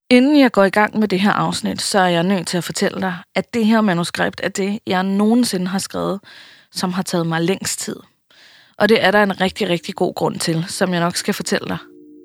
Inden jeg går i gang med det her afsnit, så er jeg nødt til at fortælle dig, at det her manuskript er det, jeg nogensinde har skrevet, som har taget mig længst tid. Og det er der en rigtig, rigtig god grund til, som jeg nok skal fortælle dig.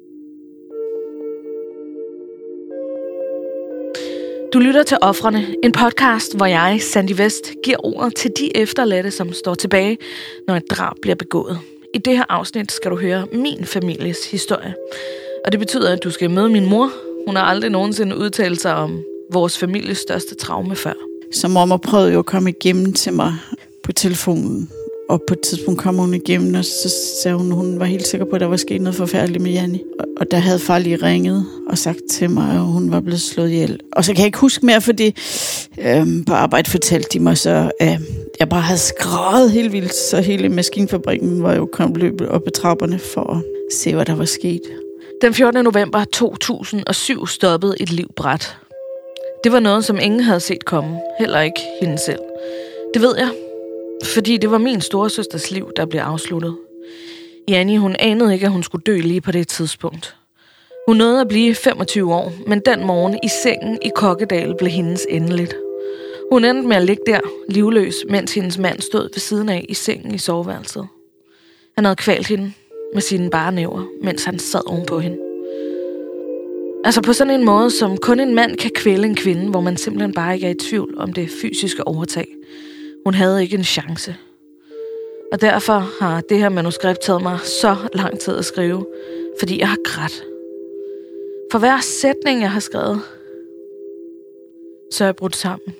Du lytter til Ofrene, en podcast, hvor jeg, Sandy Vest, giver ordet til de efterladte, som står tilbage, når et drab bliver begået. I det her afsnit skal du høre min families historie. Og det betyder, at du skal møde min mor. Hun har aldrig nogensinde udtalt sig om vores families største traume før. Så mormor prøvede jo at komme igennem til mig på telefonen. Og på et tidspunkt kom hun igennem, og så sagde hun var helt sikker på, at der var sket noget forfærdeligt med Janni. Og der havde far lige ringet og sagt til mig, at hun var blevet slået ihjel. Og så kan jeg ikke huske mere, fordi på arbejde fortalte de mig så, at jeg bare havde skrevet helt vildt. Så hele maskinfabrikken var jo kommet løbet op ad trapperne for at se, hvad der var sket. Den 14. november 2007 stoppede et liv brat. Det var noget, som ingen havde set komme. Heller ikke hende selv. Det ved jeg. Fordi det var min storesøsters liv, der blev afsluttet. Janni, hun anede ikke, at hun skulle dø lige på det tidspunkt. Hun nåede at blive 25 år, men den morgen i sengen i Kokkedal blev hendes endeligt. Hun endte med at ligge der, livløs, mens hendes mand stod ved siden af i sengen i soveværelset. Han havde kvalt hende med sine bare næver, mens han sad ovenpå hende. Altså på sådan en måde, som kun en mand kan kvæle en kvinde, hvor man simpelthen bare ikke er i tvivl om det fysiske overtag. Hun havde ikke en chance. Og derfor har det her manuskript taget mig så lang tid at skrive, fordi jeg har grædt. For hver sætning, jeg har skrevet, så er jeg brudt sammen.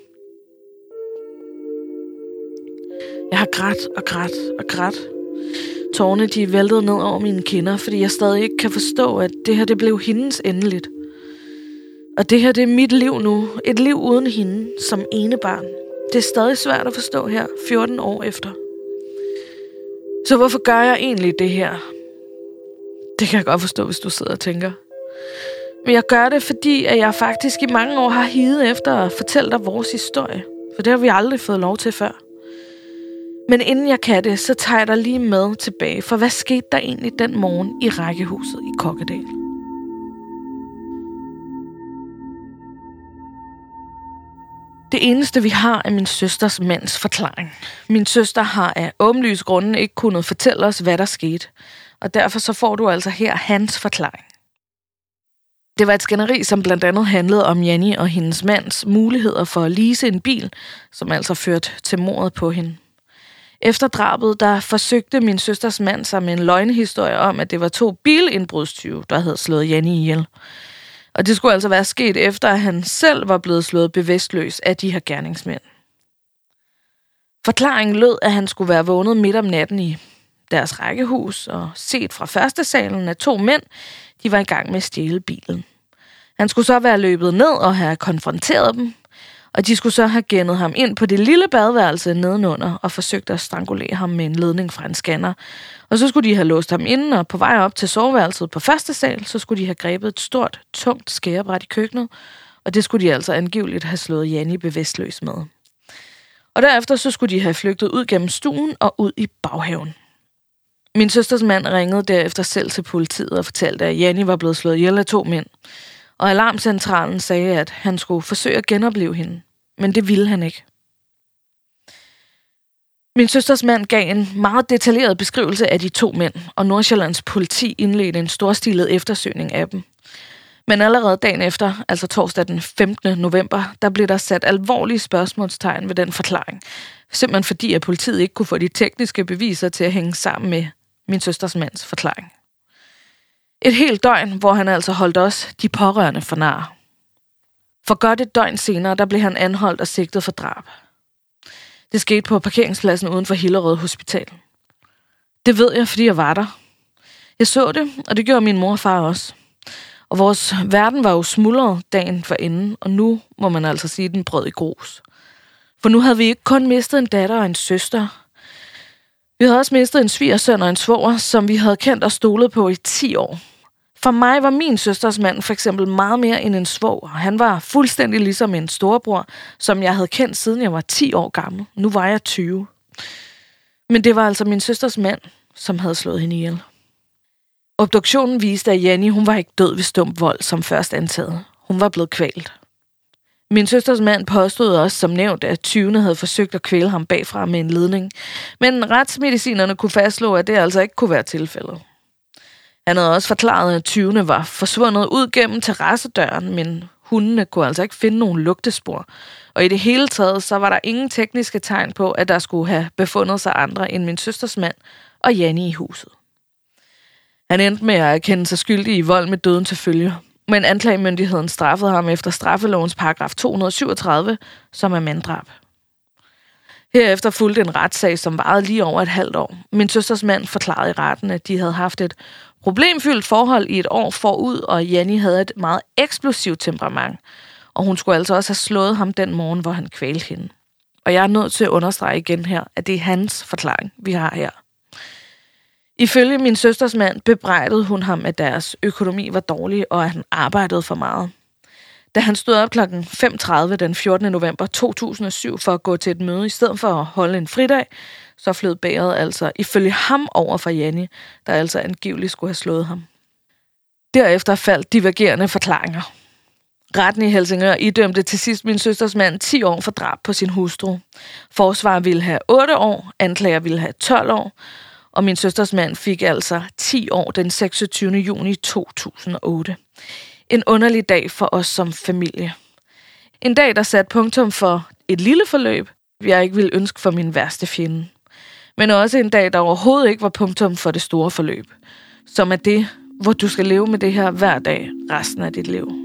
Jeg har grædt. Tårerne, de væltede ned over mine kinder, fordi jeg stadig ikke kan forstå, at det her, det blev hendes endeligt. Og det her, det er mit liv nu. Et liv uden hende, som ene barn. Det er stadig svært at forstå her, 14 år efter. Så hvorfor gør jeg egentlig det her? Det kan jeg godt forstå, hvis du sidder og tænker. Men jeg gør det, fordi at jeg faktisk i mange år har higet efter at fortælle dig vores historie. For det har vi aldrig fået lov til før. Men inden jeg kan det, så tager jeg dig lige med tilbage. For hvad skete der egentlig den morgen i rækkehuset i Kokkedal? Det eneste, vi har, er min søsters mands forklaring. Min søster har af åbenlyse grunde ikke kunnet fortælle os, hvad der skete. Og derfor så får du altså her hans forklaring. Det var et skænderi, som blandt andet handlede om Janni og hendes mands muligheder for at lease en bil, som altså førte til mordet på hende. Efter drabet, der forsøgte min søsters mand sig med en løgnehistorie om, at det var 2 bilindbrudstyve, der havde slået Janni ihjel. Og det skulle altså være sket efter, at han selv var blevet slået bevidstløs af de her gerningsmænd. Forklaringen lød, at han skulle være vågnet midt om natten i deres rækkehus og set fra første salen, at 2 mænd, de var i gang med at stjæle bilen. Han skulle så være løbet ned og have konfronteret dem, og de skulle så have gennet ham ind på det lille badeværelse nedenunder og forsøgt at strangulere ham med en ledning fra en scanner. Og så skulle de have låst ham inde, og på vej op til soveværelset på første sal, så skulle de have grebet et stort, tungt skærebræt i køkkenet, og det skulle de altså angiveligt have slået Janni bevidstløs med. Og derefter så skulle de have flygtet ud gennem stuen og ud i baghaven. Min søsters mand ringede derefter selv til politiet og fortalte, at Janni var blevet slået ihjel af 2 mænd. Og alarmcentralen sagde, at han skulle forsøge at genopleve hende. Men det ville han ikke. Min søsters mand gav en meget detaljeret beskrivelse af de 2 mænd, og Nordsjællands politi indledte en storstilet eftersøgning af dem. Men allerede dagen efter, altså torsdag den 15. november, der blev der sat alvorlige spørgsmålstegn ved den forklaring. Simpelthen fordi, at politiet ikke kunne få de tekniske beviser til at hænge sammen med min søsters mands forklaring. Et helt døgn, hvor han altså holdt os, de pårørende, for nar. For godt et døgn senere, der blev han anholdt og sigtet for drab. Det skete på parkeringspladsen uden for Hillerød Hospital. Det ved jeg, fordi jeg var der. Jeg så det, og det gjorde min mor og far også. Og vores verden var jo smuldret dagen forinden, og nu må man altså sige, den brød i grus. For nu havde vi ikke kun mistet en datter og en søster. Vi havde også mistet en svigersøn og en svoger, som vi havde kendt og stolet på i 10 år. For mig var min søsters mand for eksempel meget mere end en svoger. Han var fuldstændig ligesom en storebror, som jeg havde kendt siden jeg var 10 år gammel. Nu var jeg 20. Men det var altså min søsters mand, som havde slået hende ihjel. Obduktionen viste, at Janni, hun var ikke død ved stump vold, som først antaget. Hun var blevet kvalt. Min søsters mand påstod også som nævnt, at tyvene havde forsøgt at kvæle ham bagfra med en ledning. Men retsmedicinerne kunne fastslå, at det altså ikke kunne være tilfældet. Han havde også forklaret, at tyvene var forsvundet ud gennem terrassedøren, men hundene kunne altså ikke finde nogen lugtespor. Og i det hele taget, så var der ingen tekniske tegn på, at der skulle have befundet sig andre end min søsters mand og Janni i huset. Han endte med at erkende sig skyldig i vold med døden til følge, men anklagemyndigheden straffede ham efter straffelovens paragraf 237, som er manddrab. Herefter fulgte en retssag, som varede lige over et halvt år. Min søsters mand forklarede i retten, at de havde haft et problemfyldt forhold i et år forud, og Janni havde et meget eksplosivt temperament, og hun skulle altså også have slået ham den morgen, hvor han kvalte hende. Og jeg er nødt til at understrege igen her, at det er hans forklaring, vi har her. Ifølge min søsters mand bebrejdede hun ham, at deres økonomi var dårlig, og at han arbejdede for meget. Da han stod op klokken 5:30 den 14. november 2007 for at gå til et møde i stedet for at holde en fridag, så flød bæret altså ifølge ham over for Janni, der altså angiveligt skulle have slået ham. Derefter faldt divergerende forklaringer. Retten i Helsingør idømte til sidst min søsters mand 10 år for drab på sin hustru. Forsvarer ville have 8 år, anklager ville have 12 år, og min søsters mand fik altså 10 år den 26. juni 2008. En underlig dag for os som familie. En dag, der satte punktum for et lille forløb, jeg ikke ville ønske for min værste fjende. Men også en dag, der overhovedet ikke var punktum for det store forløb. Som er det, hvor du skal leve med det her hver dag resten af dit liv.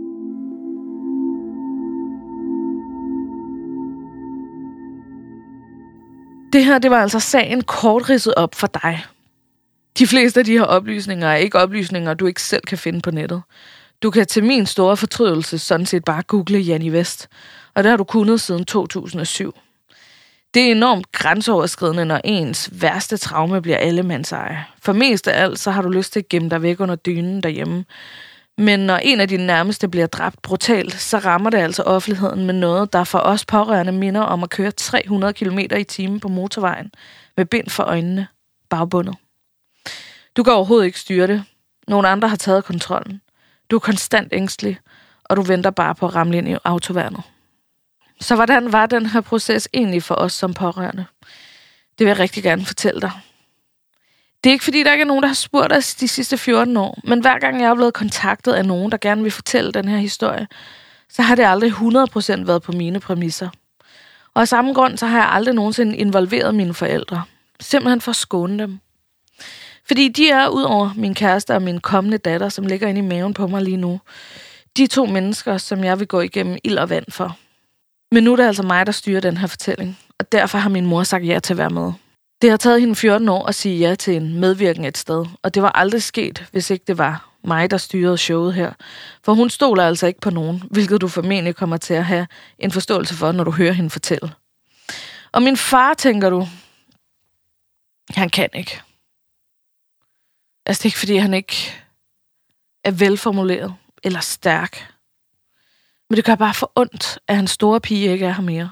Det her, det var altså sagen kort ridset op for dig. De fleste af de her oplysninger er ikke oplysninger, du ikke selv kan finde på nettet. Du kan til min store fortrydelse sådan set bare google Janni Westh, og det har du kunnet siden 2007. Det er enormt grænseoverskridende, når ens værste traume bliver allemandseje. For mest af alt, så har du lyst til at gemme dig væk under dynen derhjemme. Men når en af dine nærmeste bliver dræbt brutalt, så rammer det altså offentligheden med noget, der for os pårørende minder om at køre 300 km/t på motorvejen med bind for øjnene, bagbundet. Du kan overhovedet ikke styre det. Nogle andre har taget kontrollen. Du er konstant ængstelig, og du venter bare på at ramle ind i autoværnet. Så hvordan var den her proces egentlig for os som pårørende? Det vil jeg rigtig gerne fortælle dig. Det er ikke fordi, der ikke er nogen, der har spurgt os de sidste 14 år, men hver gang jeg er blevet kontaktet af nogen, der gerne vil fortælle den her historie, så har det aldrig 100% været på mine præmisser. Og af samme grund, så har jeg aldrig nogensinde involveret mine forældre. Simpelthen for at skåne dem. Fordi de er, ud over min kæreste og min kommende datter, som ligger inde i maven på mig lige nu, de 2 mennesker, som jeg vil gå igennem ild og vand for. Men nu er det altså mig, der styrer den her fortælling, og derfor har min mor sagt ja til at være med. Det har taget hende 14 år at sige ja til en medvirken et sted, og det var aldrig sket, hvis ikke det var mig, der styrede showet her. For hun stoler altså ikke på nogen, hvilket du formentlig kommer til at have en forståelse for, når du hører hende fortælle. Og min far, tænker du, han kan ikke. Altså, det er ikke, fordi han ikke er velformuleret eller stærk. Men det gør bare for ondt, at hans store pige ikke er her mere.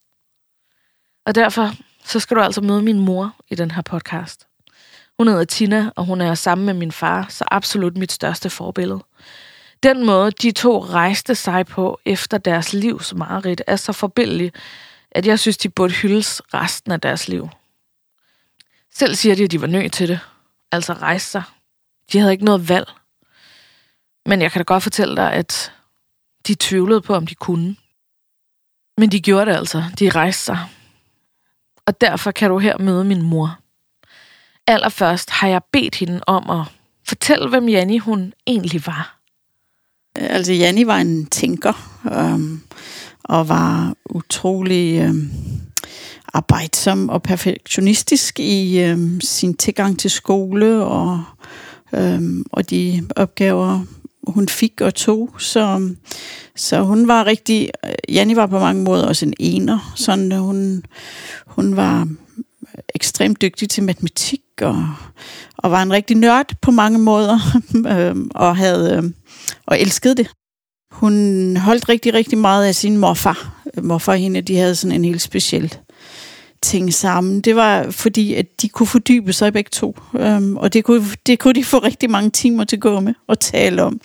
Og derfor så skal du altså møde min mor i den her podcast. Hun hedder Tina, og hun er sammen med min far, så absolut mit største forbillede. Den måde, de 2 rejste sig på efter deres livs mareridt, er så forbilledlig, at jeg synes, de burde hyldes resten af deres liv. Selv siger de, at de var nødt til det. Altså rejse sig. De havde ikke noget valg. Men jeg kan da godt fortælle dig, at de tvivlede på, om de kunne. Men de gjorde det altså. De rejste sig. Og derfor kan du her møde min mor. Allerførst har jeg bedt hende om at fortælle, hvem Janni hun egentlig var. Altså Janni var en tænker, og var utrolig arbejdsom og perfektionistisk i sin tilgang til skole og de opgaver, hun fik og tog. Så hun var rigtig... Janni var på mange måder også en ener. Sådan, hun var ekstremt dygtig til matematik og var en rigtig nørd på mange måder og elskede det. Hun holdt rigtig, rigtig meget af sin morfar. Morfar og hende, de havde sådan en helt speciel ting sammen. Det var fordi, at de kunne fordybe sig begge to. Og det kunne de få rigtig mange timer til at gå med og tale om.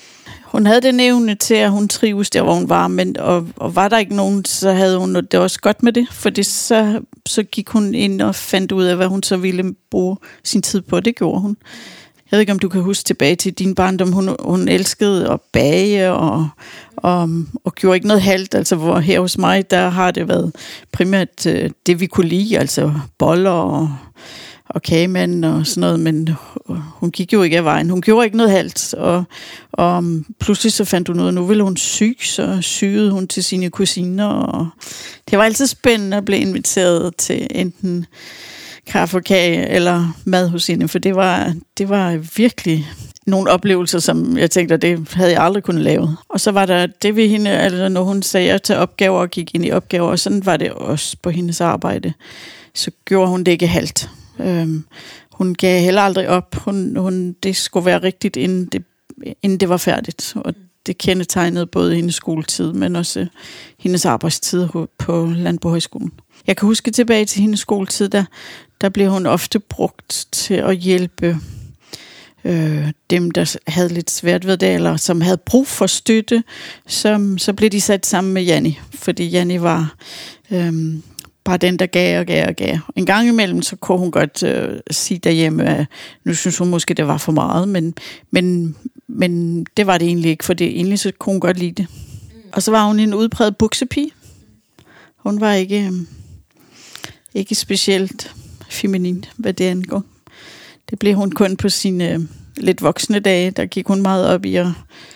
Hun havde den evne til, at hun trives der, hvor hun var, men og var der ikke nogen, så havde hun det også godt med det, fordi så gik hun ind og fandt ud af, hvad hun så ville bruge sin tid på. Det gjorde hun. Jeg ved ikke, om du kan huske tilbage til din barndom. Hun elskede at bage og gjorde ikke noget halvt. Altså, hvor her hos mig, der har det været primært det, vi kunne lide, altså boller og kagemand og sådan noget, men hun gik jo ikke af vejen. Hun gjorde ikke noget halvt, og pludselig så fandt hun ud af, nu ville hun så syede hun til sine kusiner, og det var altid spændende at blive inviteret til enten kaffe og kage eller mad hos hende, for det var virkelig nogle oplevelser, som jeg tænkte, det havde jeg aldrig kunnet lave. Og så var der det ved hende, altså når hun sagde til opgaver og gik ind i opgaver, og sådan var det også på hendes arbejde, så gjorde hun det ikke halvt. Hun gav heller aldrig op. Det skulle være rigtigt, inden det var færdigt. Og det kendetegnede både hendes skoletid, men også hendes arbejdstid på Landbohøjskolen. Jeg kan huske tilbage til hendes skoletid, der blev hun ofte brugt til at hjælpe dem, der havde lidt svært ved det, eller som havde brug for støtte. Så blev de sat sammen med Janni, fordi Janni var bare den, der gav. En gang imellem, så kunne hun godt sige derhjemme, at nu synes hun måske, det var for meget, men det var det egentlig ikke, for egentlig så kunne hun godt lide det. Og så var hun en udpræget buksepige. Hun var ikke specielt feminin, hvad det angår. Det blev hun kun på sine lidt voksne dage. Der gik hun meget op i at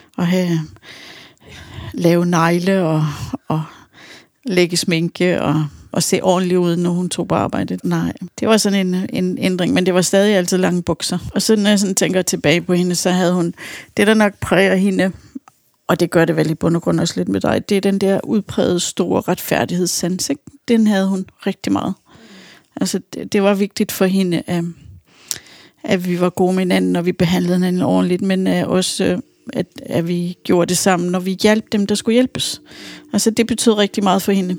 lave negle og lægge sminke og se ordentligt ud, når hun tog på arbejde. Nej, det var sådan en ændring, men det var stadig altid lange bukser. Og så når jeg sådan tænker tilbage på hende, så havde hun det, der nok præger hende, og det gør det vel i bund og grund også lidt med dig, det er den der udprægede store retfærdighedssans, ikke? Den havde hun rigtig meget. Altså, det var vigtigt for hende, at vi var gode med hinanden, og vi behandlede hinanden ordentligt, men også at vi gjorde det sammen, når vi hjalp dem, der skulle hjælpes. Altså, det betød rigtig meget for hende.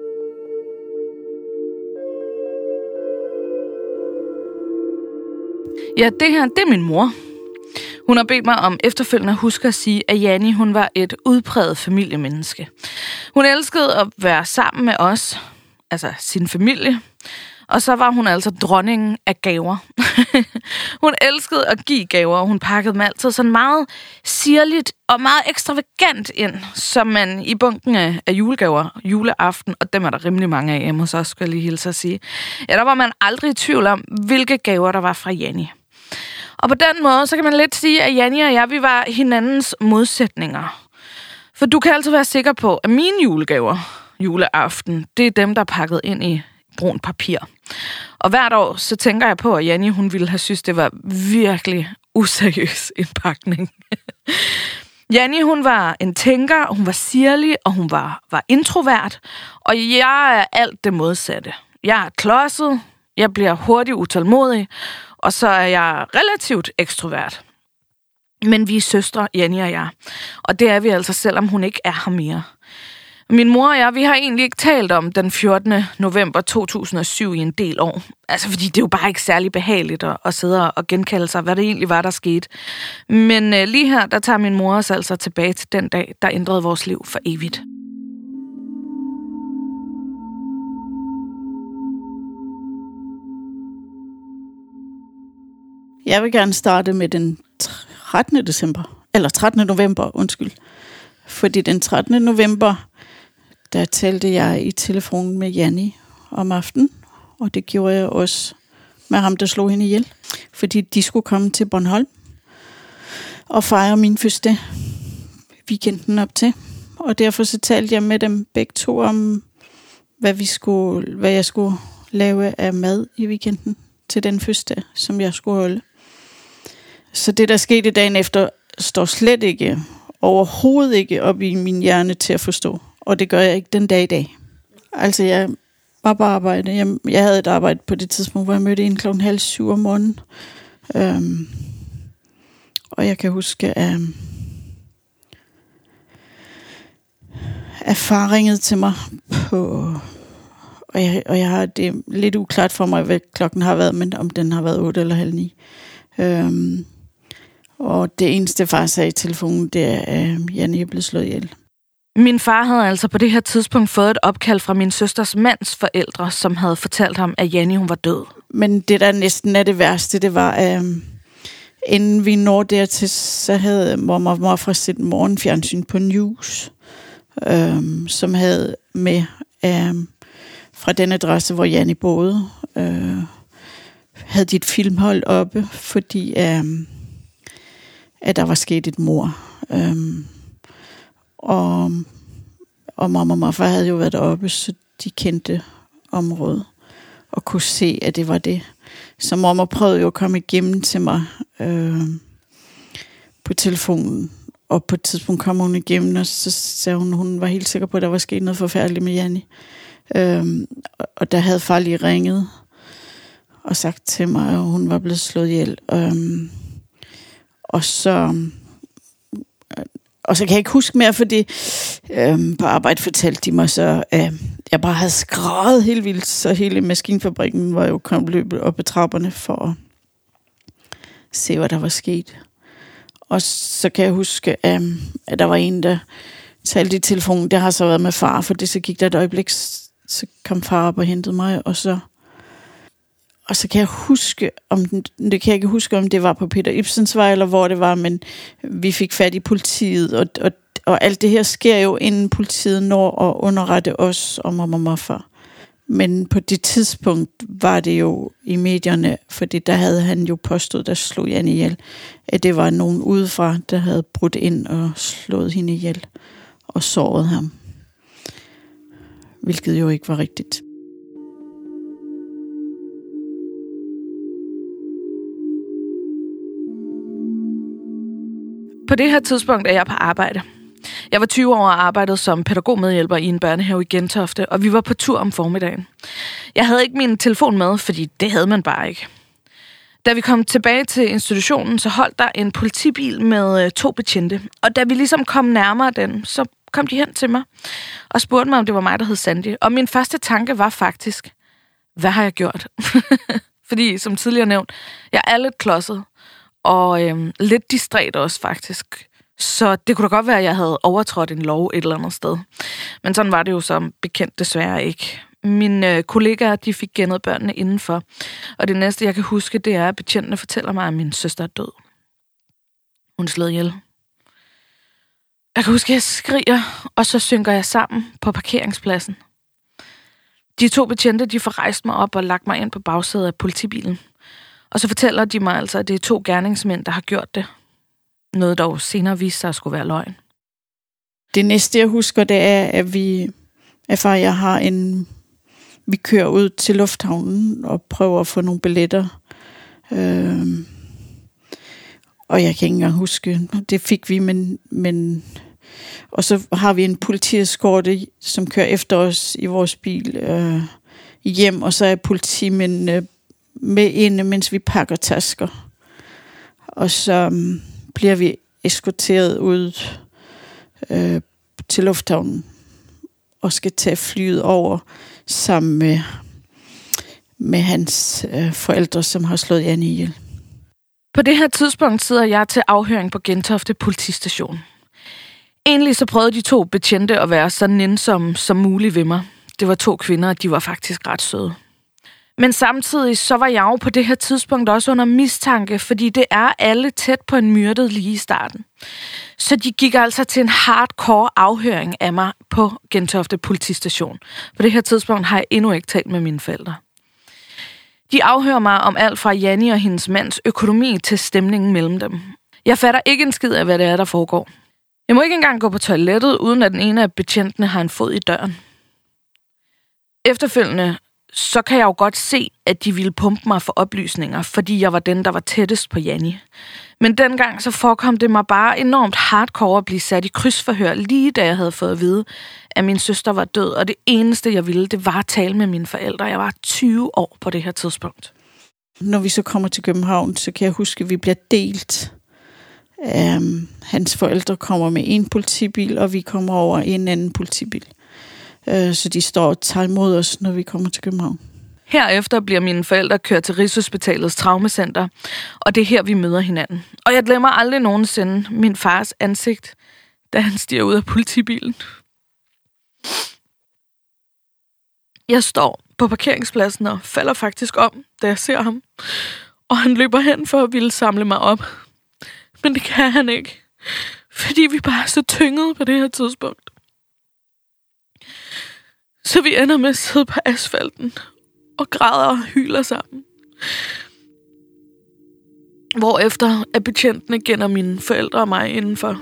Ja, det her, det er min mor. Hun har bedt mig om efterfølgende at huske at sige, at Janni, hun var et udpræget familiemenneske. Hun elskede at være sammen med os, altså sin familie, og så var hun altså dronningen af gaver. Hun elskede at give gaver, og hun pakkede dem altid sådan meget sirligt og meget ekstravagant ind, som man i bunken af julegaver, juleaften, og dem er der rimelig mange af hjemme hos os, skal jeg lige hilse at sige. Ja, der var man aldrig i tvivl om, hvilke gaver der var fra Janni. Og på den måde, så kan man lidt sige, at Janni og jeg, vi var hinandens modsætninger. For du kan altid være sikker på, at mine julegaver, juleaften, det er dem, der er pakket ind i brun papir. Og hvert år, så tænker jeg på, at Janni, hun ville have synes, det var virkelig useriøs indpakning. Janni, hun var en tænker, hun var sirlig, og hun var introvert. Og jeg er alt det modsatte. Jeg er klodset, jeg bliver hurtigt utålmodig, og så er jeg relativt ekstrovert. Men vi er søstre, Janni og jeg. Og det er vi altså, selvom hun ikke er her mere. Min mor og jeg, vi har egentlig ikke talt om den 14. november 2007 i en del år. Altså, fordi det er jo bare ikke særlig behageligt at sidde og genkalde sig, hvad det egentlig var, der skete. Men lige her, der tager min mor os altså tilbage til den dag, der ændrede vores liv for evigt. Jeg vil gerne starte med den 13. november, Fordi den 13. november, der talte jeg i telefonen med Janni om aftenen, og det gjorde jeg også med ham, der slog hende ihjel. Fordi de skulle komme til Bornholm og fejre min første weekenden op til. Og derfor så talte jeg med dem begge to om, hvad jeg skulle lave af mad i weekenden til den første, som jeg skulle holde. Så det, der skete dagen efter, står slet ikke, overhovedet ikke op i min hjerne til at forstå. Og det gør jeg ikke den dag i dag. Altså, jeg var på arbejde. Jeg havde et arbejde på det tidspunkt, hvor jeg mødte en 6:30 om morgenen. Og jeg kan huske, at far ringede til mig på... Og jeg har det lidt uklart for mig, hvad klokken har været, men om den har været 8 eller 8:30. Og det eneste far sagde i telefonen, det er, at Janni er blevet slået ihjel. Min far havde altså på det her tidspunkt fået et opkald fra min søsters mands forældre, som havde fortalt ham, at Janni hun var død. Men det, der næsten er det værste, det var, inden vi når dertil, så havde mormor fra sit morgenfjernsyn på News, som havde med fra den adresse, hvor Janni boede, havde de et filmhold oppe, fordi at der var sket et mord. Og mamma og morfar havde jo været deroppe, så de kendte området og kunne se, at det var det. Så mamma prøvede jo at komme igennem til mig på telefonen, og på et tidspunkt kom hun igennem, og så sagde hun var helt sikker på, at der var sket noget forfærdeligt med Janni. Og der havde far lige ringet og sagt til mig, at hun var blevet slået ihjel. Og så kan jeg ikke huske mere, fordi på arbejde fortalte de mig så, at jeg bare havde skrevet helt vildt, så hele maskinfabrikken var jo kommet løbet op ad trapperne for at se, hvad der var sket. Og så kan jeg huske, at der var en, der talte i telefonen. Det har så været med far, for det så gik der et øjeblik, så kom far op og hentede mig, og så kan jeg huske, det kan jeg ikke huske, om det var på Peter Ibsens vej, eller hvor det var, men vi fik fat i politiet, og alt det her sker jo, inden politiet når at underrette os om mamma og morfar. Men på det tidspunkt var det jo i medierne, fordi der havde han jo påstået, der slog Janni ihjel, at det var nogen udefra, der havde brudt ind og slået hende ihjel og såret ham. Hvilket jo ikke var rigtigt. På det her tidspunkt er jeg på arbejde. Jeg var 20 år og arbejdede som pædagogmedhjælper i en børnehave i Gentofte, og vi var på tur om formiddagen. Jeg havde ikke min telefon med, fordi det havde man bare ikke. Da vi kom tilbage til institutionen, så holdt der en politibil med 2 betjente. Og da vi ligesom kom nærmere den, så kom de hen til mig og spurgte mig, om det var mig, der hed Sandy. Og min første tanke var faktisk, hvad har jeg gjort? Fordi, som tidligere nævnt, jeg er lidt klodset og lidt distræt også faktisk. Så det kunne da godt være, at jeg havde overtrådt en lov et eller andet sted. Men sådan var det jo som bekendt desværre ikke. Mine kollegaer, de fik gennet børnene indenfor. Og det næste, jeg kan huske, det er, at betjentene fortæller mig, at min søster er død. Hun er slået ihjel. Jeg kan huske, at jeg skriger, og så synker jeg sammen på parkeringspladsen. De 2 betjente, de får rejst mig op og lagt mig ind på bagsædet af politibilen. Og så fortæller de mig altså, at det er 2 gerningsmænd, der har gjort det. Noget dog senere viste sig at skulle være løgn. Det næste, jeg husker, det er, at vi kører ud til lufthavnen og prøver at få nogle billetter. Og jeg kan ikke engang huske, det fik vi, men og så har vi en politieskorte, som kører efter os i vores bil hjem, og så er politimændene med inde, mens vi pakker tasker. Og så bliver vi eskorteret ud til lufthavnen og skal tage flyet over sammen med hans forældre, som har slået Janni ihjel. På det her tidspunkt sidder jeg til afhøring på Gentofte politistation. Egentlig så prøvede de 2 betjente at være så nænsomme som muligt ved mig. Det var 2 kvinder, og de var faktisk ret søde. Men samtidig så var jeg jo på det her tidspunkt også under mistanke, fordi det er alle tæt på en myrdet lige i starten. Så de gik altså til en hardcore afhøring af mig på Gentofte politistation. På det her tidspunkt har jeg endnu ikke talt med mine forældre. De afhører mig om alt fra Janni og hendes mands økonomi til stemningen mellem dem. Jeg fatter ikke en skid af, hvad det er, der foregår. Jeg må ikke engang gå på toilettet, uden at den ene af betjentene har en fod i døren. Efterfølgende så kan jeg jo godt se, at de ville pumpe mig for oplysninger, fordi jeg var den, der var tættest på Janni. Men dengang så forekom det mig bare enormt hardcore at blive sat i krydsforhør, lige da jeg havde fået at vide, at min søster var død, og det eneste, jeg ville, det var at tale med mine forældre. Jeg var 20 år på det her tidspunkt. Når vi så kommer til København, så kan jeg huske, at vi bliver delt. Hans forældre kommer med en politibil, og vi kommer over i en anden politibil. Så de står og tager imod os, når vi kommer til København. Herefter bliver mine forældre kørt til Rigshospitalets traumacenter, og det er her, vi møder hinanden. Og jeg glemmer aldrig nogensinde min fars ansigt, da han stiger ud af politibilen. Jeg står på parkeringspladsen og falder faktisk om, da jeg ser ham. Og han løber hen for at ville samle mig op. Men det kan han ikke, fordi vi bare er så tyngede på det her tidspunkt. Så vi ender med at sidde på asfalten og græder og hyler sammen. Hvorefter er betjentene gælder mine forældre og mig indenfor.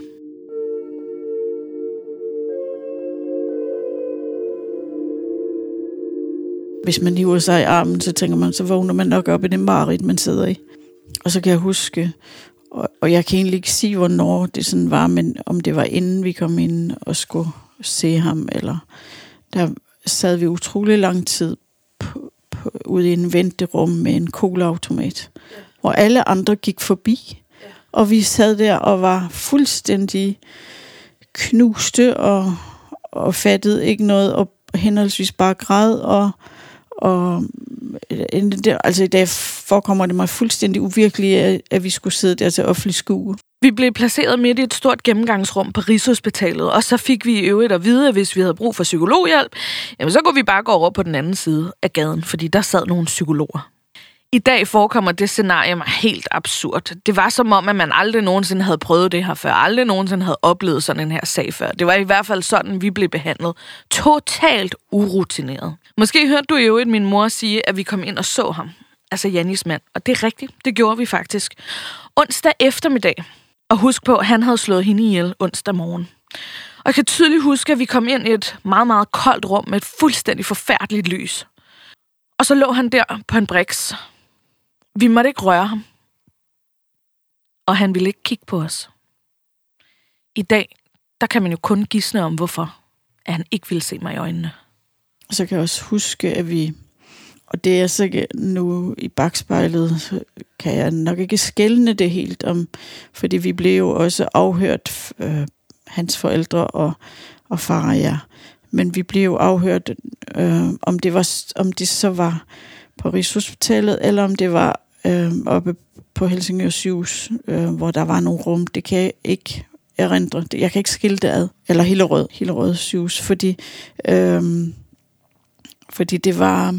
Hvis man hiver sig i armen, så tænker man, så vågner man nok op i det mareridt, man sidder i. Og så kan jeg huske, og jeg kan egentlig ikke sige, hvornår det sådan var, men om det var inden vi kom ind og skulle se ham, eller der sad vi utrolig lang tid ude i en venterum med en colaautomat, hvor alle andre gik forbi. Og vi sad der og var fuldstændig knuste og fattede ikke noget, og henholdsvis bare græd, og altså i dag forekommer det mig fuldstændig uvirkeligt, at vi skulle sidde der til offentlig skue. Vi blev placeret midt i et stort gennemgangsrum på Rigshospitalet, og så fik vi i øvrigt at vide, at hvis vi havde brug for psykologhjælp, jamen så kunne vi bare gå over på den anden side af gaden, fordi der sad nogle psykologer. I dag forekommer det scenarie mig helt absurd. Det var som om, at man aldrig nogensinde havde prøvet det her før, aldrig nogensinde havde oplevet sådan en her sag før. Det var i hvert fald sådan, vi blev behandlet. Totalt urutineret. Måske hørte du i øvrigt min mor sige, at vi kom ind og så ham. Altså Jannis mand. Og det er rigtigt, det gjorde vi faktisk. Onsdag eftermiddag. Og husk på, at han havde slået hende ihjel onsdag morgen. Og jeg kan tydeligt huske, at vi kom ind i et meget, meget koldt rum med et fuldstændig forfærdeligt lys. Og så lå han der på en briks. Vi måtte ikke røre ham. Og han ville ikke kigge på os. I dag, der kan man jo kun gisne om, hvorfor at han ikke ville se mig i øjnene. Så kan jeg også huske, at vi, og det er så nu i bagspejlet, kan jeg nok ikke skelne det helt om, fordi vi blev jo også afhørt, hans forældre og far og jeg. Men vi blev jo afhørt, om det så var på Rigshospitalet, eller om det var oppe på Helsingør Sygehus, hvor der var nogle rum. Det kan jeg ikke erindre. Jeg kan ikke skille det ad. Eller Hillerød Sygehus, fordi det var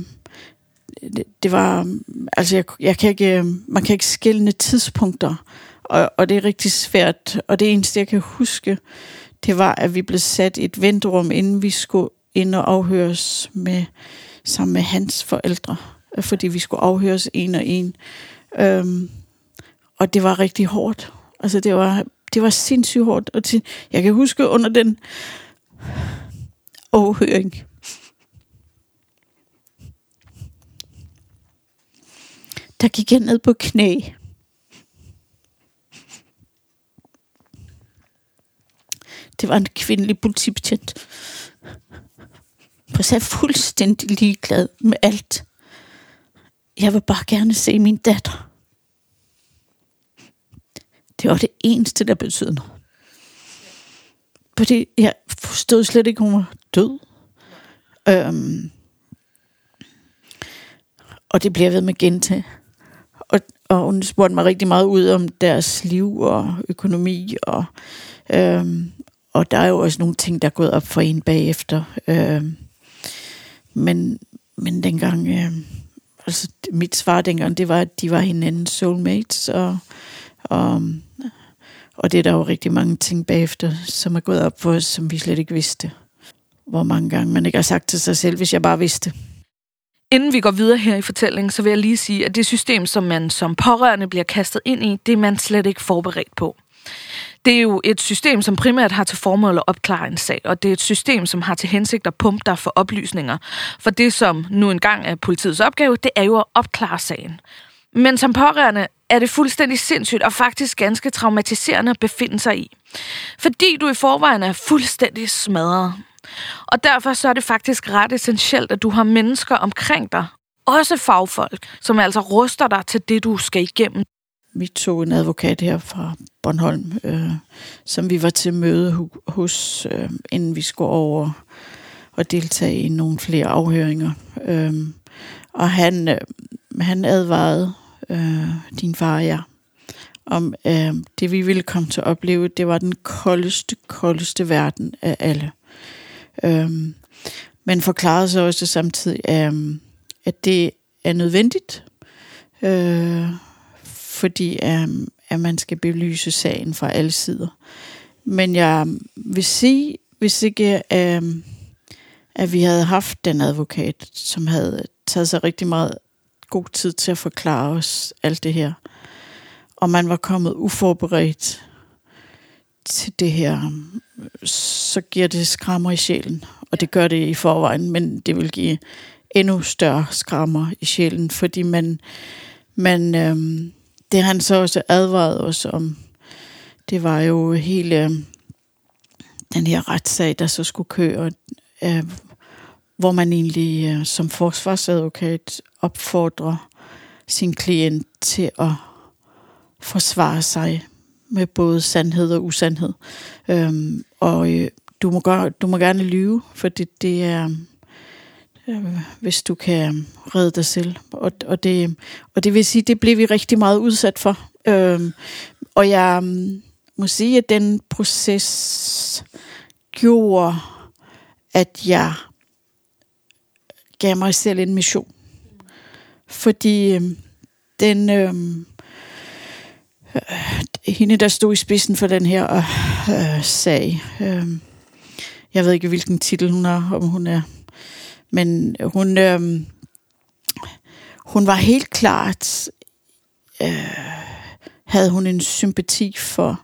altså jeg kan ikke, man kan ikke skelne tidspunkter, og det er rigtig svært. Og det eneste jeg kan huske, det var, at vi blev sat i et venterum, inden vi skulle ind og afhøres sammen med hans forældre, fordi vi skulle afhøres en og en. Og det var rigtig hårdt. Altså det var sindssygt hårdt. Og jeg kan huske under den afhøring, der gik jeg ned på knæ. Det var en kvindelig politibetjent. For jeg er fuldstændig ligeglad med alt. Jeg vil bare gerne se min datter. Det var det eneste, der betød noget. Fordi jeg forstod slet ikke, hun var død. Og det bliver ved med gentage. Og hun spurgte mig rigtig meget ud om deres liv og økonomi. Og der er jo også nogle ting, der er gået op for en bagefter. Men dengang... altså mit svar dengang, det var, at de var hinandens soulmates. Og det er der jo rigtig mange ting bagefter, som er gået op for os, som vi slet ikke vidste. Hvor mange gange man ikke har sagt til sig selv, hvis jeg bare vidste. Inden vi går videre her i fortællingen, så vil jeg lige sige, at det system, som man som pårørende bliver kastet ind i, det er man slet ikke forberedt på. Det er jo et system, som primært har til formål at opklare en sag, og det er et system, som har til hensigt at pumpe dig for oplysninger. For det, som nu engang er politiets opgave, det er jo at opklare sagen. Men som pårørende er det fuldstændig sindssygt og faktisk ganske traumatiserende at befinde sig i. Fordi du i forvejen er fuldstændig smadret. Og derfor så er det faktisk ret essentielt, at du har mennesker omkring dig, også fagfolk, som altså ruster dig til det, du skal igennem. Vi tog en advokat her fra Bornholm, som vi var til møde hos, inden vi skulle over og deltage i nogle flere afhøringer. Og han advarede din far og jeg om, det vi ville komme til at opleve, det var den koldeste verden af alle. Men forklarede så også samtidig, at det er nødvendigt, fordi at man skal belyse sagen fra alle sider. Men jeg vil sige, hvis ikke at vi havde haft den advokat, som havde taget sig rigtig meget god tid til at forklare os alt det her, og man var kommet uforberedt til det her, så giver det skrammer i sjælen. Og det gør det i forvejen, men det vil give endnu større skrammer i sjælen, fordi det han så også advarede os om, det var jo hele den her retssag, der så skulle køre, hvor man egentlig som forsvarsadvokat opfordrer sin klient til at forsvare sig med både sandhed og usandhed. Du må gerne lyve, for det er, hvis du kan redde dig selv. Og det vil sige, det blev vi rigtig meget udsat for. Og jeg må sige, at den proces gjorde, at jeg gav mig selv en mission. Fordi hende, der stod i spidsen for den her sag, jeg ved ikke, hvilken titel hun har, om hun er, men hun var helt klart, havde hun en sympati for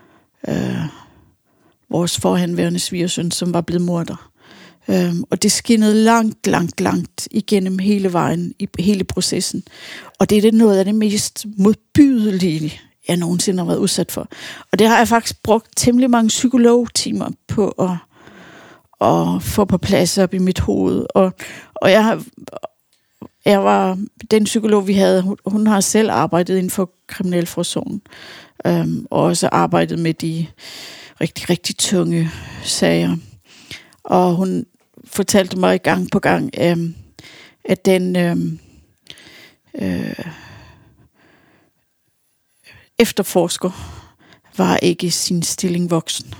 vores forhenværende svigersøn, som var blevet morder. Og det skinnede langt igennem hele vejen, i hele processen. Og det er noget af det mest modbydelige, jeg nogensinde har været udsat for. Og det har jeg faktisk brugt temmelig mange psykologtimer på at få på plads op i mit hoved. Og jeg var den psykolog, vi havde, hun har selv arbejdet inden for kriminalforsorgen, og også arbejdet med de rigtig, rigtig tunge sager. Og hun fortalte mig gang på gang, at den efterforsker var ikke sin stilling voksen.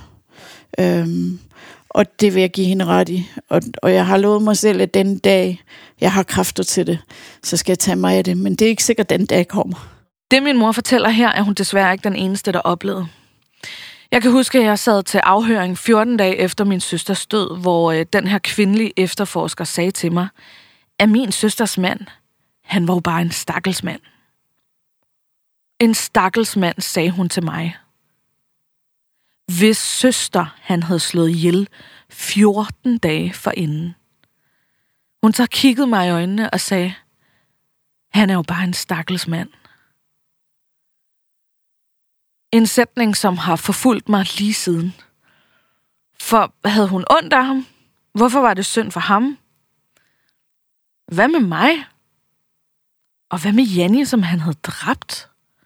Og det vil jeg give hende ret i. Og jeg har lovet mig selv, at den dag, jeg har kræfter til det, så skal jeg tage mig af det. Men det er ikke sikkert, at den dag kommer. Det min mor fortæller her, er hun desværre ikke den eneste, der oplevede. Jeg kan huske, at jeg sad til afhøring 14 dage efter min søsters død, hvor den her kvindelige efterforsker sagde til mig, at min søsters mand, han var jo bare en stakkelsmand. En stakkelsmand, sagde hun til mig. Hvis søster, han havde slået ihjel 14 dage forinden. Hun så kiggede mig i øjnene og sagde, han er jo bare en stakkelsmand. En sætning, som har forfulgt mig lige siden. For havde hun ondt af ham? Hvorfor var det synd for ham? Hvad med mig? Og hvad med Janni, som han havde dræbt?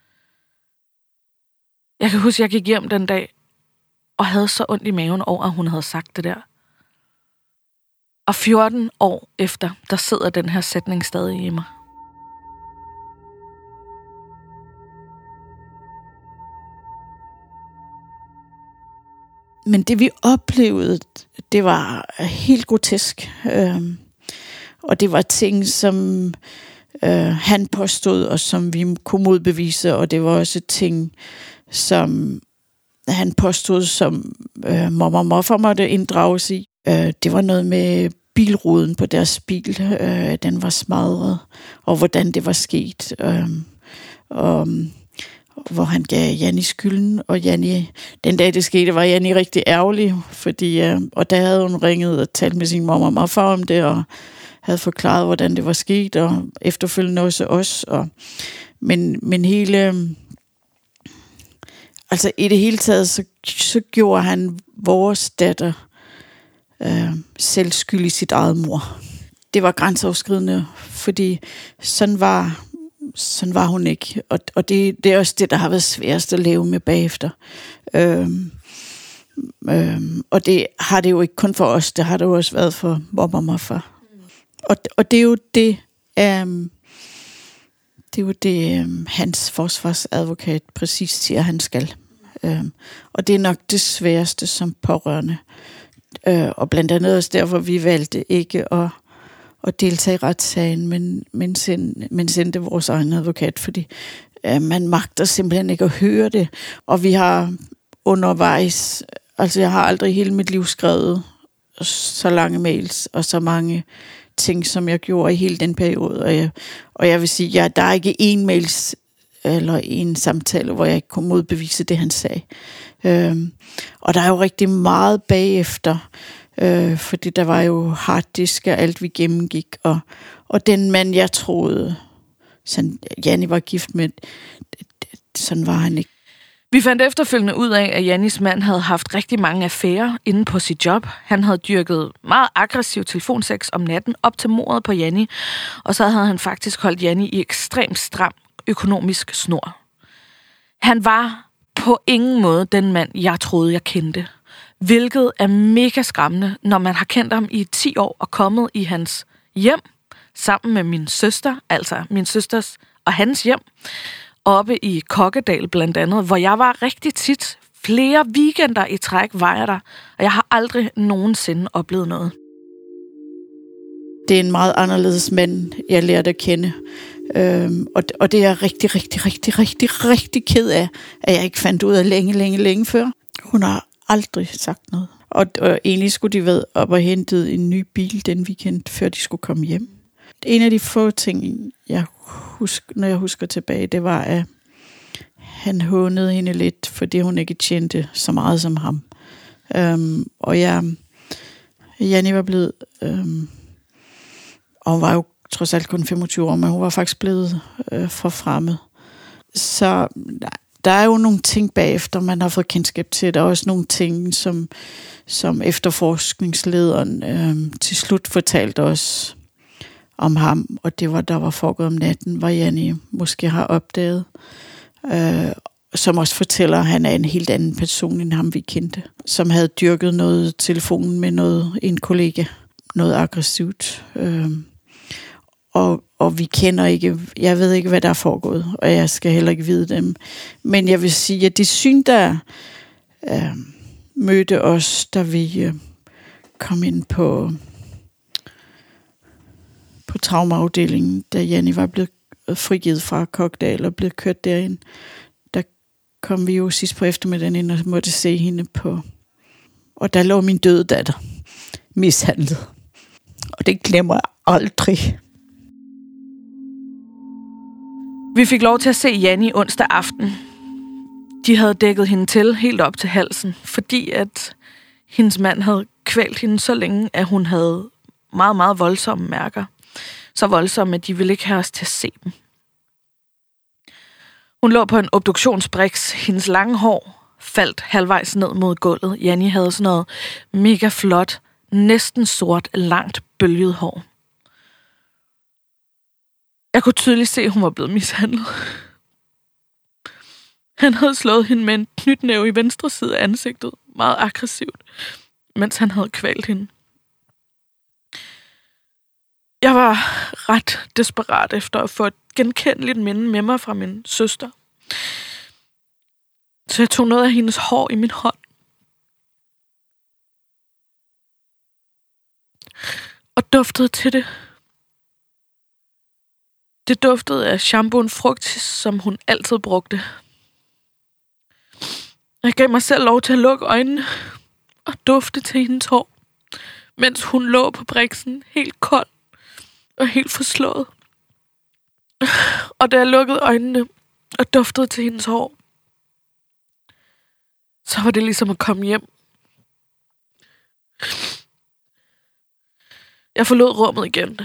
Jeg kan huske, at jeg gik hjem den dag, og havde så ondt i maven over, at hun havde sagt det der. Og 14 år efter, der sidder den her sætning stadig i mig. Men det vi oplevede, det var helt grotesk. Og det var ting, som han påstod, og som vi kunne modbevise. Og det var også ting, som han påstod, som mormor og morfar måtte inddrages i. Det var noget med bilruden på deres bil. Den var smadret, og hvordan det var sket. Og hvor han gav Janni skylden, og Janni, den dag det skete, var Janni rigtig ærgerlig, fordi, og der havde hun ringet og talt med sin mormor og morfar om det, og havde forklaret, hvordan det var sket, og efterfølgende også os. Men hele, altså i det hele taget, så gjorde han vores datter selv skyld i sit eget mor. Det var grænseoverskridende, fordi sådan var hun ikke. Og det er også det, der har været sværest at leve med bagefter. Og det har det jo ikke kun for os, det har det jo også været for mormor og morfar. Og det er jo det, Det er jo det, hans forsvarsadvokat præcis siger, han skal. Og det er nok det sværeste som pårørende. Og blandt andet også derfor, vi valgte ikke at deltage i retssagen, men sendte vores egen advokat, fordi man magter simpelthen ikke at høre det. Og vi har undervejs, altså jeg har aldrig hele mit liv skrevet så lange mails og så mange ting, som jeg gjorde i hele den periode. Og jeg vil sige, der er ikke én mails eller en samtale, hvor jeg ikke kunne modbevise det, han sagde. Og der er jo rigtig meget bagefter, fordi der var jo harddisk og alt, vi gennemgik. Og den mand, jeg troede, sådan, Janni var gift med, sådan var han ikke. Vi fandt efterfølgende ud af, at Jannis mand havde haft rigtig mange affærer inde på sit job. Han havde dyrket meget aggressiv telefonsex om natten op til mordet på Janni, og så havde han faktisk holdt Janni i ekstremt stram økonomisk snor. Han var på ingen måde den mand, jeg troede, jeg kendte. Hvilket er mega skræmmende, når man har kendt ham i 10 år og kommet i hans hjem sammen med min søster, altså min søsters og hans hjem, oppe i Kokkedal blandt andet, hvor jeg var rigtig tit. Flere weekender i træk var jeg der, og jeg har aldrig nogensinde oplevet noget. Det er en meget anderledes mand, jeg lærte at kende. Og det er jeg rigtig ked af, at jeg ikke fandt ud af længe før. Hun har aldrig sagt noget. Og egentlig skulle de være op og hentet en ny bil den weekend, før de skulle komme hjem. En af de få ting, når jeg husker tilbage, det var, at han hånede hende lidt, fordi hun ikke tjente så meget som ham. Og Janni var blevet, og hun var jo trods alt kun 25 år, men hun var faktisk blevet forfremmet. Så der er jo nogle ting bagefter, man har fået kendskab til. Der er også nogle ting, som efterforskningslederen til slut fortalte os om ham, og det var, der var foregået om natten, hvor Janni måske har opdaget, som også fortæller, at han er en helt anden person end ham, vi kendte, som havde dyrket noget telefonen med en kollega, noget aggressivt. Og vi kender ikke, jeg ved ikke, hvad der er foregået, og jeg skal heller ikke vide dem. Men jeg vil sige, at det syn, der mødte os, da vi kom ind på traumaafdelingen, da Janni var blevet frigivet fra Kokkedal og blevet kørt derind, der kom vi jo sidst på eftermiddagen ind og måtte se hende på. Og der lå min døde datter mishandlet. Og det glemmer jeg aldrig. Vi fik lov til at se Janni onsdag aften. De havde dækket hende til helt op til halsen, fordi at hendes mand havde kvalt hende så længe, at hun havde meget, meget voldsomme mærker. Så voldsomme, at de ville ikke have os til at se dem. Hun lå på en obduktionsbriks. Hendes lange hår faldt halvvejs ned mod gulvet. Janni havde sådan noget mega flot, næsten sort, langt bølget hår. Jeg kunne tydeligt se, at hun var blevet mishandlet. Han havde slået hende med en knytnæve i venstre side af ansigtet, meget aggressivt, mens han havde kvalt hende. Jeg var ret desperat efter at få et genkendeligt minde med mig fra min søster. Så jeg tog noget af hendes hår i min hånd. Og duftede til det. Det duftede af shampooen Fructis, som hun altid brugte. Jeg gav mig selv lov til at lukke øjnene og dufte til hendes hår, mens hun lå på briksen helt kold og helt forslået. Og da jeg lukkede øjnene og duftede til hendes hår, så var det ligesom at komme hjem. Jeg forlod rummet igen.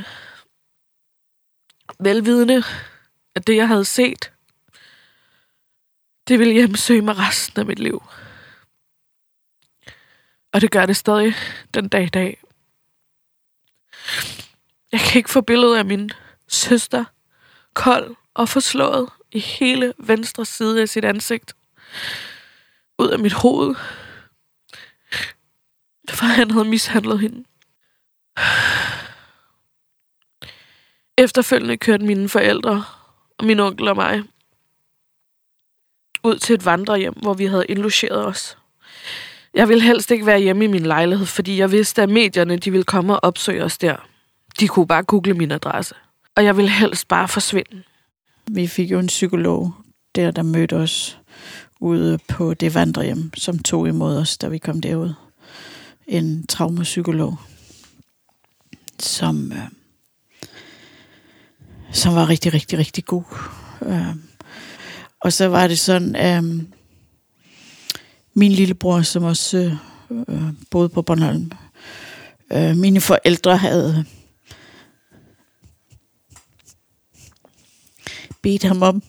Velvidende, at det, jeg havde set, det ville hjemsøge mig resten af mit liv. Og det gør det stadig den dag i dag. Jeg kan ikke få billedet af min søster, kold og forslået i hele venstre side af sit ansigt, ud af mit hoved, for han havde mishandlet hende. Efterfølgende kørte mine forældre og min onkel og mig ud til et vandrehjem, hvor vi havde indlogeret os. Jeg ville helst ikke være hjemme i min lejlighed, fordi jeg vidste, at medierne de ville komme og opsøge os der. De kunne bare google min adresse. Og jeg ville helst bare forsvinde. Vi fik jo en psykolog der mødte os ude på det vandrehjem, som tog imod os, da vi kom derud. En traumapsykolog, som var rigtig, rigtig, rigtig god. Og så var det sådan, min lillebror, som også boede på Bornholm, mine forældre havde bedt ham om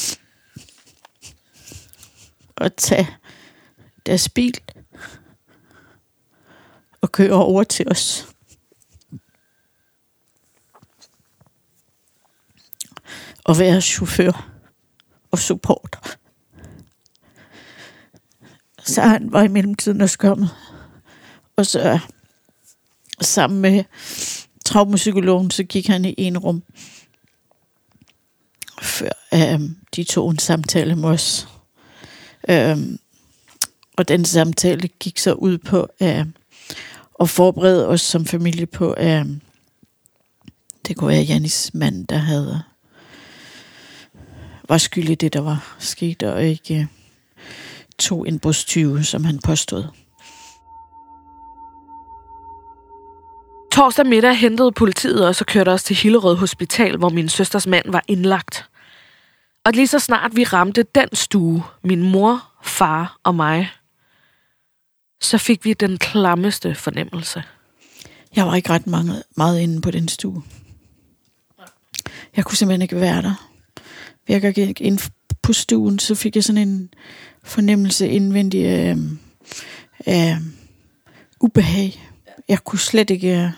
at tage deres bil og køre over til os. Og være chauffør og support. Så han var i mellemtiden også kommet. Og så sammen med traumapsykologen, så gik han i en rum, før de tog en samtale med os. Og den samtale gik så ud på at forberede os som familie på, det kunne være Jannis mand, der var skyld i det, der var sket, og ikke tog en indbrudstyve, som han påstod. Torsdag middag hentede politiet os og kørte os til Hillerød Hospital, hvor min søsters mand var indlagt. Og lige så snart vi ramte den stue, min mor, far og mig, så fik vi den klammeste fornemmelse. Jeg var ikke ret meget inde på den stue. Jeg kunne simpelthen ikke være der. Jeg gik ind på stuen, så fik jeg sådan en fornemmelse indvendig af ubehag. Jeg kunne slet ikke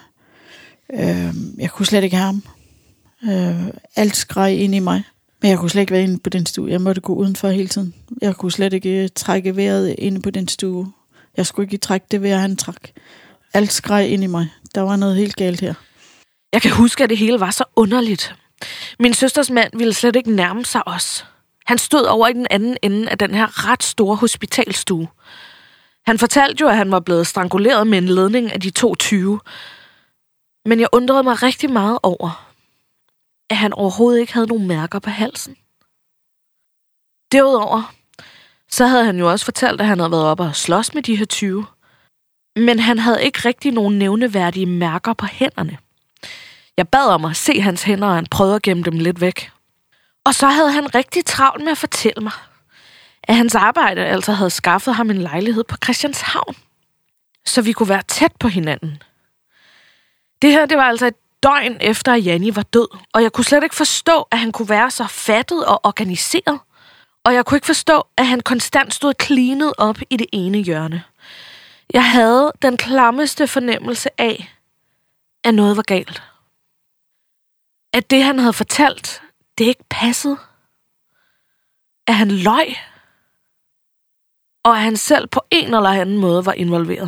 have ham. Alt skreg ind i mig. Men jeg kunne slet ikke være inde på den stue. Jeg måtte gå udenfor hele tiden. Jeg kunne slet ikke trække vejret inde på den stue. Jeg skulle ikke trække det vejr, han trak. Alt skreg ind i mig. Der var noget helt galt her. Jeg kan huske, at det hele var så underligt. Min søsters mand ville slet ikke nærme sig os. Han stod over i den anden ende af den her ret store hospitalstue. Han fortalte jo, at han var blevet stranguleret med en ledning af de 22. Men jeg undrede mig rigtig meget over, at han overhovedet ikke havde nogen mærker på halsen. Derudover, så havde han jo også fortalt, at han havde været oppe og slås med de her 20. Men han havde ikke rigtig nogen nævneværdige mærker på hænderne. Jeg bad om at se hans hænder, og han prøvede at gemme dem lidt væk. Og så havde han rigtig travlt med at fortælle mig, at hans arbejde altså havde skaffet ham en lejlighed på Christianshavn, så vi kunne være tæt på hinanden. Det her, det var altså et døgn efter, at Janni var død, og jeg kunne slet ikke forstå, at han kunne være så fattet og organiseret. Og jeg kunne ikke forstå, at han konstant stod klinet op i det ene hjørne. Jeg havde den klammeste fornemmelse af, at noget var galt. At det, han havde fortalt, det ikke passede. At han løj. Og at han selv på en eller anden måde var involveret.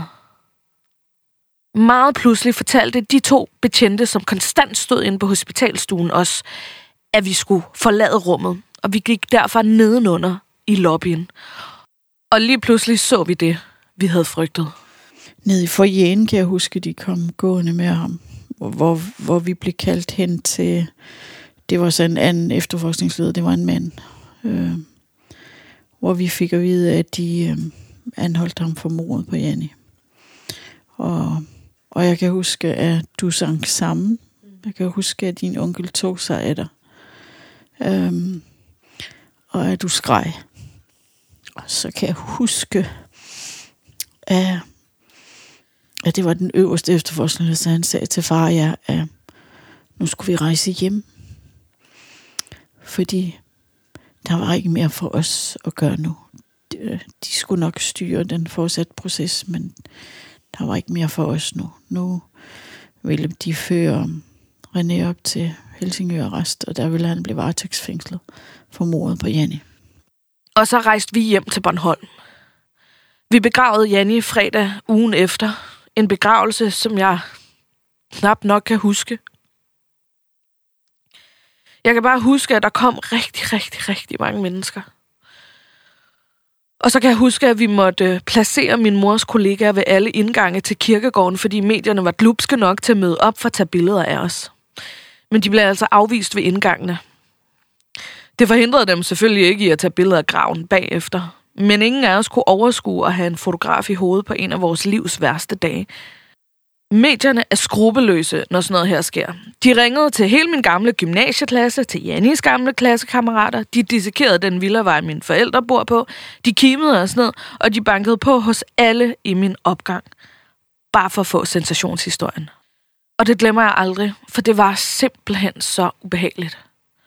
Meget pludselig fortalte de 2 betjente, som konstant stod inde på hospitalstuen, os, at vi skulle forlade rummet. Og vi gik derfor nedenunder i lobbyen. Og lige pludselig så vi det, vi havde frygtet. Nede i foyeren kan jeg huske, de kom gående med ham. Hvor vi blev kaldt hen til, det var så en anden efterforskningsleder, det var en mand, hvor vi fik at vide, at de anholdt ham for mordet på Janni. Og jeg kan huske, at du sang sammen. Jeg kan huske, at din onkel tog sig af dig. Og at du skreg. Og så kan jeg huske, at det var den øverste efterforskning, så han sagde til far og jeg, at nu skulle vi rejse hjem. Fordi der var ikke mere for os at gøre nu. De skulle nok styre den fortsatte proces, men der var ikke mere for os nu. Nu ville de føre René op til Helsingør Arrest, og der ville han blive varetægtsfængslet for mordet på Janni. Og så rejste vi hjem til Bornholm. Vi begravede Janni fredag ugen efter. En begravelse, som jeg knap nok kan huske. Jeg kan bare huske, at der kom rigtig mange mennesker. Og så kan jeg huske, at vi måtte placere min mors kollegaer ved alle indgange til kirkegården, fordi medierne var glupske nok til at møde op for at tage billeder af os. Men de blev altså afvist ved indgangene. Det forhindrede dem selvfølgelig ikke i at tage billeder af graven bagefter. Men ingen af os kunne overskue at have en fotograf i hovedet på en af vores livs værste dage. Medierne er skrupelløse, når sådan noget her sker. De ringede til hele min gamle gymnasieklasse, til Jannis gamle klassekammerater. De dissekerede den villavej, mine forældre bor på. De kimede os ned, og de bankede på hos alle i min opgang. Bare for at få sensationshistorien. Og det glemmer jeg aldrig, for det var simpelthen så ubehageligt.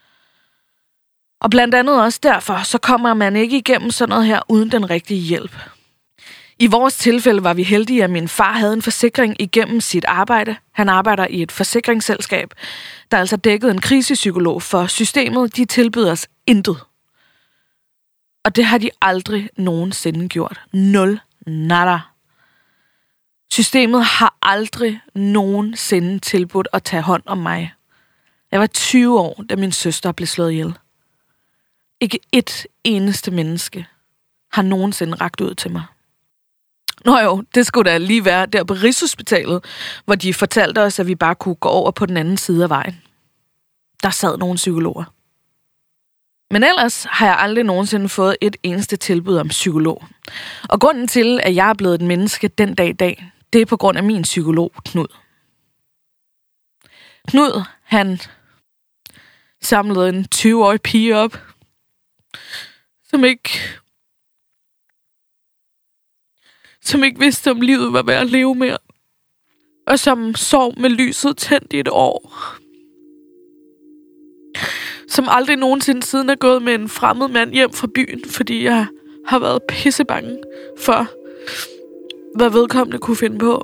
Og blandt andet også derfor, så kommer man ikke igennem sådan noget her uden den rigtige hjælp. I vores tilfælde var vi heldige, at min far havde en forsikring igennem sit arbejde. Han arbejder i et forsikringsselskab, der altså dækkede en krisepsykolog, for systemet, de tilbyder os intet. Og det har de aldrig nogensinde gjort. Nul. Nada. Systemet har aldrig nogensinde tilbudt at tage hånd om mig. Jeg var 20 år, da min søster blev slået ihjel. Ikke et eneste menneske har nogensinde rakt ud til mig. Nå jo, det skulle da lige være der på Rigshospitalet, hvor de fortalte os, at vi bare kunne gå over på den anden side af vejen. Der sad nogle psykologer. Men ellers har jeg aldrig nogensinde fået et eneste tilbud om psykolog. Og grunden til, at jeg er blevet et menneske den dag i dag, det er på grund af min psykolog, Knud. Knud, han samlede en 20-årig pige op, som ikke vidste, om livet var værd at leve mere, og som sov med lyset tændt i et år. Som aldrig nogensinde siden er gået med en fremmed mand hjem fra byen, fordi jeg har været pissebange for, hvad vedkommende kunne finde på.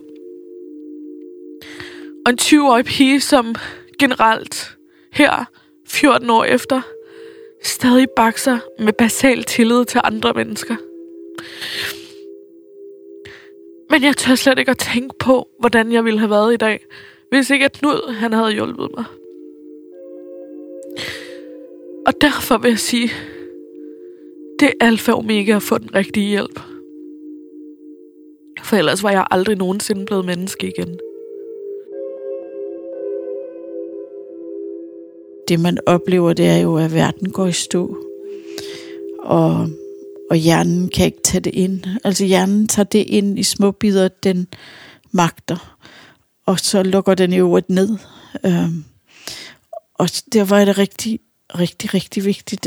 Og en 20-årig pige, som generelt her, 14 år efter, stadig bakser med basal tillid til andre mennesker. Men jeg tør slet ikke at tænke på, hvordan jeg ville have været i dag, hvis ikke at Knud, han havde hjulpet mig. Og derfor vil jeg sige, det er alfa og omega at få den rigtige hjælp. For ellers var jeg aldrig nogensinde blevet menneske igen. Det man oplever, det er jo, at verden går i stå. Og hjernen kan ikke tage det ind. Altså hjernen tager det ind i små bidder, den magter. Og så lukker den jo ned. Og derfor er det rigtig vigtigt,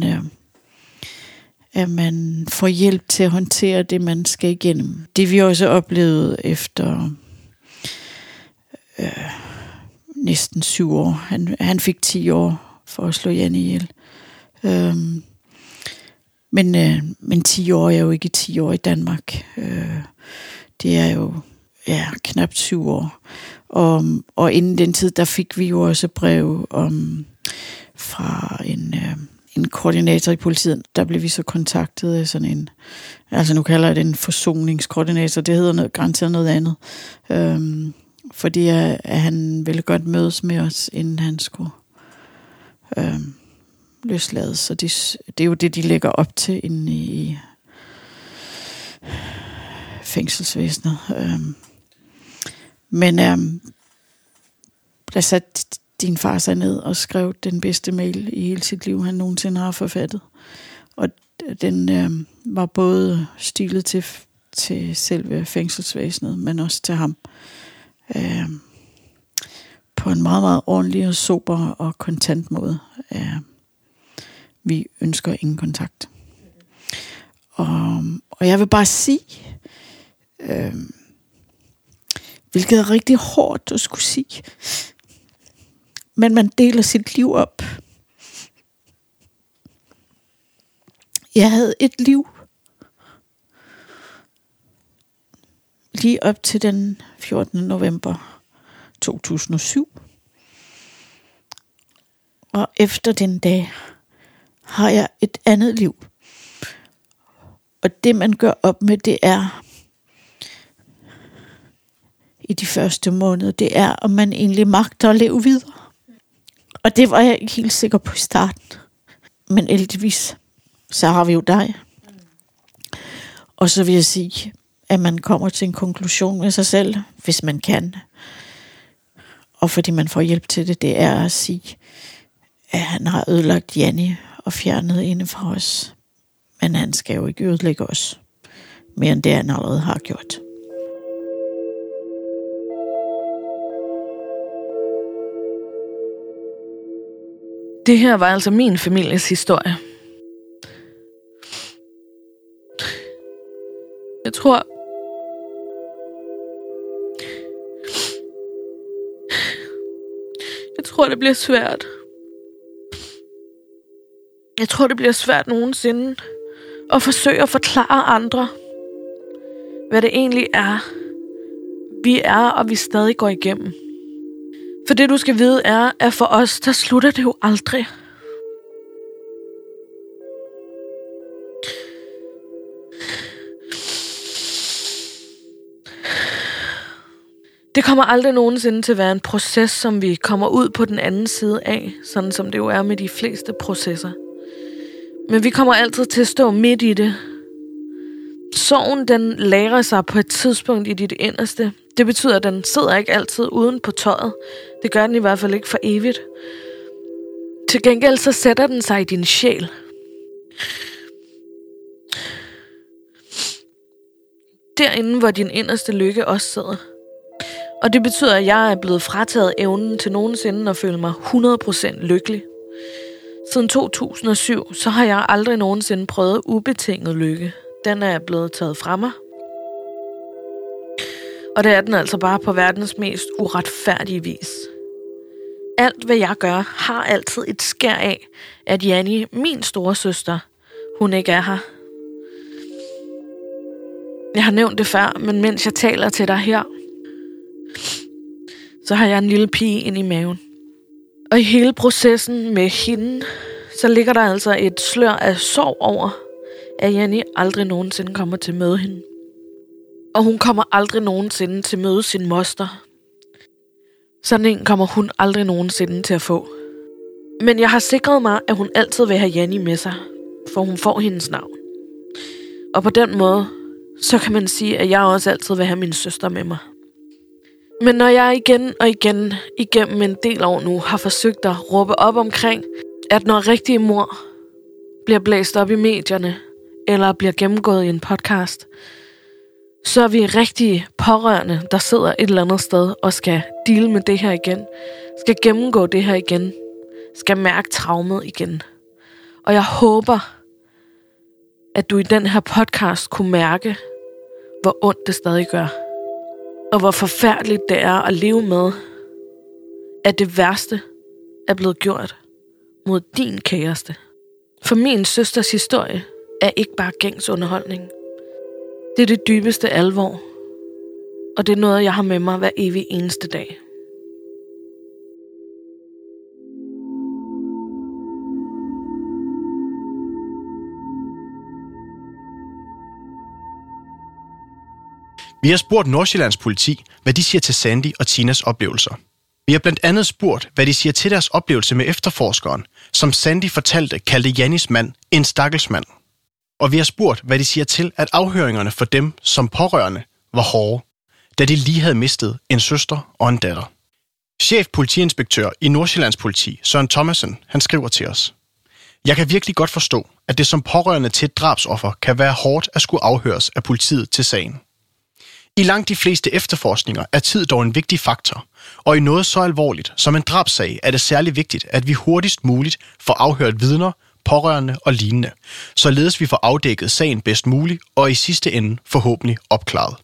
at man får hjælp til at håndtere det, man skal igennem. Det vi også oplevede efter næsten 7 år. Han fik 10 år for at slå Janni ihjel. Men 10 år er jo ikke 10 år i Danmark. Det er jo knap 7 år. Og inden den tid, der fik vi jo også brev fra en koordinator i politiet. Der blev vi så kontaktet af sådan en, altså nu kalder jeg det en forsoningskoordinator. Det hedder garanteret noget andet. Fordi at han ville godt mødes med os, inden han skulle løslades. Så det er jo det, de lægger op til inde i fængselsvæsenet. Men der satte din far sig ned og skrev den bedste mail i hele sit liv, han nogensinde har forfattet. Og den var både stilet til selve fængselsvæsenet, men også til ham. På en meget, meget ordentlig og sober og kontant måde. Vi ønsker ingen kontakt. Og jeg vil bare sige, hvilket er rigtig hårdt at skulle sige, men man deler sit liv op. Jeg havde et liv lige op til den 14. november 2007. Og efter den dag har jeg et andet liv. Og det man gør op med, det er i de første måneder, det er om man egentlig magter at leve videre. Og det var jeg ikke helt sikker på i starten. Men heldigvis, så har vi jo dig. Og så vil jeg sige, at man kommer til en konklusion med sig selv, hvis man kan. Og fordi man får hjælp til det, det er at sige, at han har ødelagt Janni og fjernet inde fra os. Men han skal jo ikke ødelægge os, mere end det han allerede har gjort. Det her var altså min families historie. Jeg tror, det bliver svært. Jeg tror, det bliver svært nogensinde at forsøge at forklare andre, hvad det egentlig er, vi er, og vi stadig går igennem. For det, du skal vide, er, at for os, der slutter det jo aldrig. Det kommer aldrig nogensinde til at være en proces, som vi kommer ud på den anden side af, sådan som det jo er med de fleste processer. Men vi kommer altid til at stå midt i det. Sorgen, den lagrer sig på et tidspunkt i dit inderste. Det betyder, at den sidder ikke altid uden på tøjet. Det gør den i hvert fald ikke for evigt. Til gengæld så sætter den sig i din sjæl. Derinde, hvor din inderste lykke også sidder. Og det betyder, at jeg er blevet frataget evnen til nogensinde at føle mig 100% lykkelig. Siden 2007, så har jeg aldrig nogensinde prøvet ubetinget lykke. Den er blevet taget fra mig. Og det er den altså bare på verdens mest uretfærdige vis. Alt, hvad jeg gør, har altid et skær af, at Janni, min store søster, hun ikke er her. Jeg har nævnt det før, men mens jeg taler til dig her, så har jeg en lille pige inde i maven. Og i hele processen med hende, så ligger der altså et slør af sorg over, at Janni aldrig nogensinde kommer til at møde hende. Og hun kommer aldrig nogensinde til at møde sin moster. Sådan en kommer hun aldrig nogensinde til at få. Men jeg har sikret mig, at hun altid vil have Janni med sig, for hun får hendes navn. Og på den måde, så kan man sige, at jeg også altid vil have min søster med mig. Men når jeg igen og igen igennem en del år nu har forsøgt at råbe op omkring, at når rigtige mor bliver blæst op i medierne, eller bliver gennemgået i en podcast, så er vi rigtige pårørende, der sidder et eller andet sted og skal deale med det her igen, skal gennemgå det her igen, skal mærke traumet igen. Og jeg håber, at du i den her podcast kunne mærke, hvor ondt det stadig gør. Og hvor forfærdeligt det er at leve med, at det værste er blevet gjort mod din kæreste. For min søsters historie er ikke bare gængs underholdning. Det er det dybeste alvor, og det er noget, jeg har med mig hver evig eneste dag. Vi har spurgt Nordsjællands politi, hvad de siger til Sandy og Tinas oplevelser. Vi har blandt andet spurgt, hvad de siger til deres oplevelse med efterforskeren, som Sandy fortalte kaldte Jannis mand en stakkelsmand. Og vi har spurgt, hvad de siger til, at afhøringerne for dem som pårørende var hårde, da de lige havde mistet en søster og en datter. Chef politiinspektør i Nordsjællands politi, Søren Thomasen, han skriver til os: Jeg kan virkelig godt forstå, at det som pårørende til et drabsoffer kan være hårdt at skulle afhøres af politiet til sagen. I langt de fleste efterforskninger er tid dog en vigtig faktor, og i noget så alvorligt som en drabssag er det særlig vigtigt, at vi hurtigst muligt får afhørt vidner, pårørende og lignende, således vi får afdækket sagen bedst muligt og i sidste ende forhåbentlig opklaret.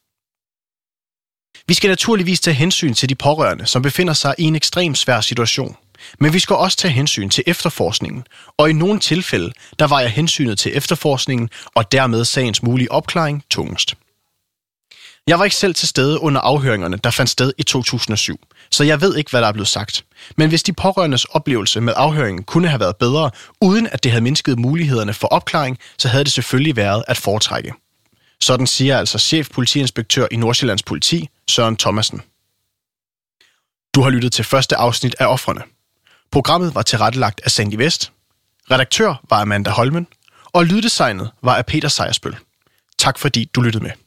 Vi skal naturligvis tage hensyn til de pårørende, som befinder sig i en ekstremt svær situation, men vi skal også tage hensyn til efterforskningen, og i nogle tilfælde, der vejer hensynet til efterforskningen og dermed sagens mulige opklaring tungest. Jeg var ikke selv til stede under afhøringerne, der fandt sted i 2007, så jeg ved ikke, hvad der er blevet sagt. Men hvis de pårørendes oplevelse med afhøringen kunne have været bedre, uden at det havde mindsket mulighederne for opklaring, så havde det selvfølgelig været at foretrække. Sådan siger altså chef politiinspektør i Nordsjællands politi, Søren Thomasen. Du har lyttet til første afsnit af Ofrene. Programmet var tilrettelagt af Sandy West. Redaktør var Amanda Holmen. Og lyddesignet var af Peter Sejersbøl. Tak fordi du lyttede med.